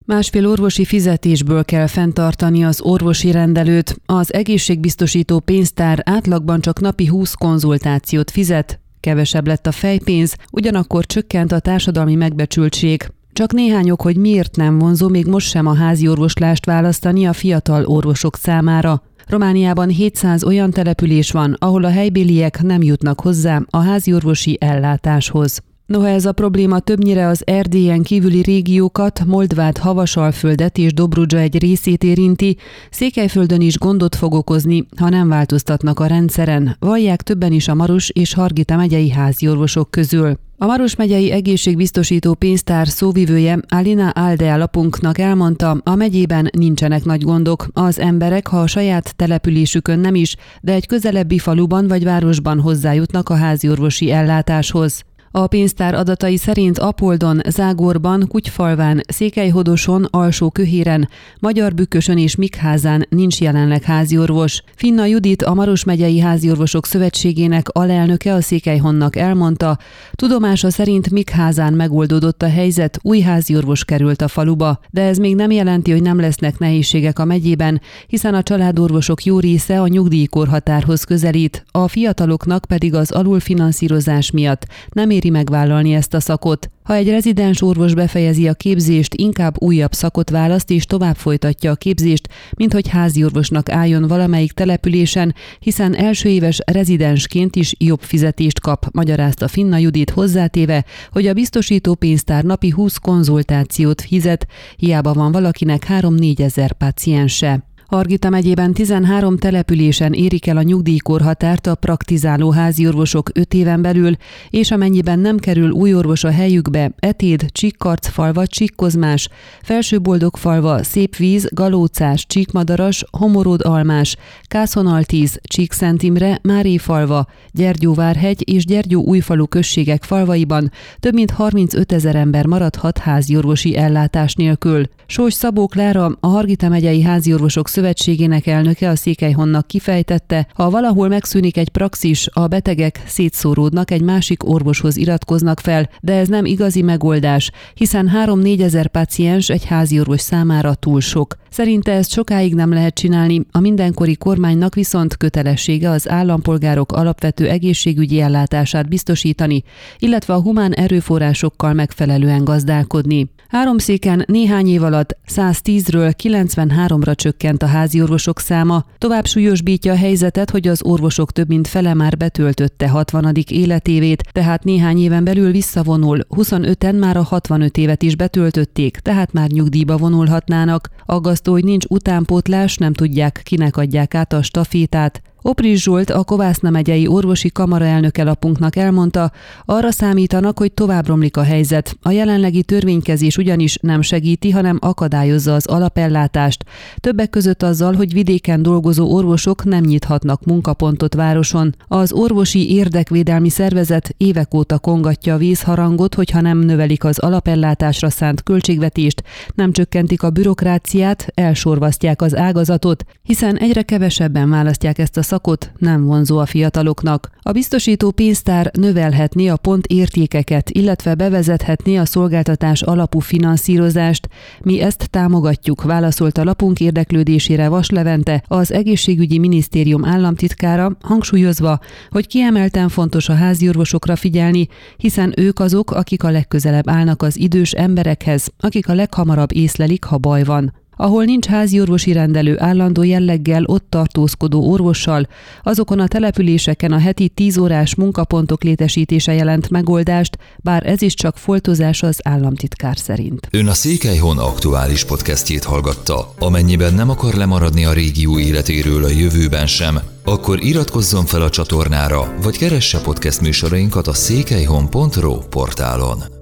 Másfél orvosi fizetésből kell fenntartani az orvosi rendelőt. Az egészségbiztosító pénztár átlagban csak napi 20 konzultációt fizet, kevesebb lett a fejpénz, ugyanakkor csökkent a társadalmi megbecsültség. Csak néhány ok, hogy miért nem vonzó még most sem a házi orvoslást választani a fiatal orvosok számára. Romániában 700 olyan település van, ahol a helybéliek nem jutnak hozzá a háziorvosi ellátáshoz. Noha ez a probléma többnyire az Erdélyen kívüli régiókat, Moldvát, Havasalföldet és Dobrudzsa egy részét érinti, Székelyföldön is gondot fog okozni, ha nem változtatnak a rendszeren, vallják többen is a Maros és Hargita megyei háziorvosok közül. A Maros megyei egészségbiztosító pénztár szóvivője Alina Aldea lapunknak elmondta, a megyében nincsenek nagy gondok. Az emberek, ha a saját településükön nem is, de egy közelebbi faluban vagy városban hozzájutnak a háziorvosi ellátáshoz. A pénztár adatai szerint Apoldon, Zágorban, Kutyfalván, Székelyhodoson, Alsó-Köhéren, Magyarbükkösön és Mikházán nincs jelenleg háziorvos. Finna Judit, a Maros megyei háziorvosok szövetségének alelnöke a Székelyhonnak elmondta, tudomása szerint Mikházán megoldódott a helyzet, új háziorvos került a faluba, de ez még nem jelenti, hogy nem lesznek nehézségek a megyében, hiszen a családorvosok jó része a nyugdíjkorhatárhoz közelít, a fiataloknak pedig az alulfinanszírozás miatt nem éri megvállalni ezt a szakot. Ha egy rezidens orvos befejezi a képzést, inkább újabb szakot választ és tovább folytatja a képzést, mint hogy háziorvosnak álljon valamelyik településen, hiszen elsőéves rezidensként is jobb fizetést kap, magyarázta Finna Judit hozzátéve, hogy a biztosító pénztár napi 20 konzultációt fizet, hiába van valakinek 3-4 ezer páciense. Hargita megyében 13 településen érik el a nyugdíjkorhatárt a praktizáló háziorvosok 5 éven belül, és amennyiben nem kerül új orvos a helyükbe, Etéd, Csíkkarcfalva, Csíkkozmás, Felsőboldogfalva, Szépvíz, Galócás, Csíkmadaras, Homoród-Almás, Kászonaltíz, Csíkszent Imre, Máréfalva, Gyergyóvárhegy és Gyergyóújfalu községek falvaiban több mint 35 000 ember maradhat háziorvosi ellátás nélkül. Sós Szabó Klára, a Hargita megyei háziorvosok szövetségének elnöke a Székelyhonnak kifejtette, ha valahol megszűnik egy praxis, a betegek szétszóródnak, egy másik orvoshoz iratkoznak fel, de ez nem igazi megoldás, hiszen 3-4 ezer páciens egy háziorvos számára túl sok. Szerinte ezt sokáig nem lehet csinálni, a mindenkori kormánynak viszont kötelessége az állampolgárok alapvető egészségügyi ellátását biztosítani, illetve a humán erőforrásokkal megfelelően gazdálkodni. Háromszéken néhány év alatt 110-ről 93-ra csökkent a háziorvosok száma. Tovább súlyosbítja a helyzetet, hogy az orvosok több mint fele már betöltötte 60. életévét, tehát néhány éven belül visszavonul, 25-en már a 65 évet is betöltötték, tehát már nyugdíjba vonulhatnának. Aggasztó, hogy nincs utánpótlás, nem tudják, kinek adják át a stafétát. Opris Zsolt, a Kovászna megyei orvosi kamara elnöke lapunknak elmondta, arra számítanak, hogy tovább romlik a helyzet. A jelenlegi törvénykezés ugyanis nem segíti, hanem akadályozza az alapellátást. Többek között azzal, hogy vidéken dolgozó orvosok nem nyithatnak munkapontot városon. Az orvosi érdekvédelmi szervezet évek óta kongatja a vészharangot, hogyha nem növelik az alapellátásra szánt költségvetést, nem csökkentik a bürokráciát, elsorvasztják az ágazatot, hiszen egyre kevesebben választják ezt a szakot, nem vonzó a fiataloknak. A biztosító pénztár növelhetné a pontértékeket, illetve bevezethetné a szolgáltatás alapú finanszírozást. Mi ezt támogatjuk, válaszolt a lapunk érdeklődésére Vas Levente, az Egészségügyi Minisztérium államtitkára, hangsúlyozva, hogy kiemelten fontos a háziorvosokra figyelni, hiszen ők azok, akik a legközelebb állnak az idős emberekhez, akik a leghamarabb észlelik, ha baj van. Ahol nincs háziorvosi rendelő állandó jelleggel ott tartózkodó orvossal, azokon a településeken a heti 10 órás munkapontok létesítése jelent megoldást, bár ez is csak foltozás az államtitkár szerint. Ön a Székelyhon aktuális podcastjét hallgatta. Amennyiben nem akar lemaradni a régió életéről a jövőben sem, akkor iratkozzon fel a csatornára, vagy keresse podcast műsorainkat a székelyhon.ro portálon.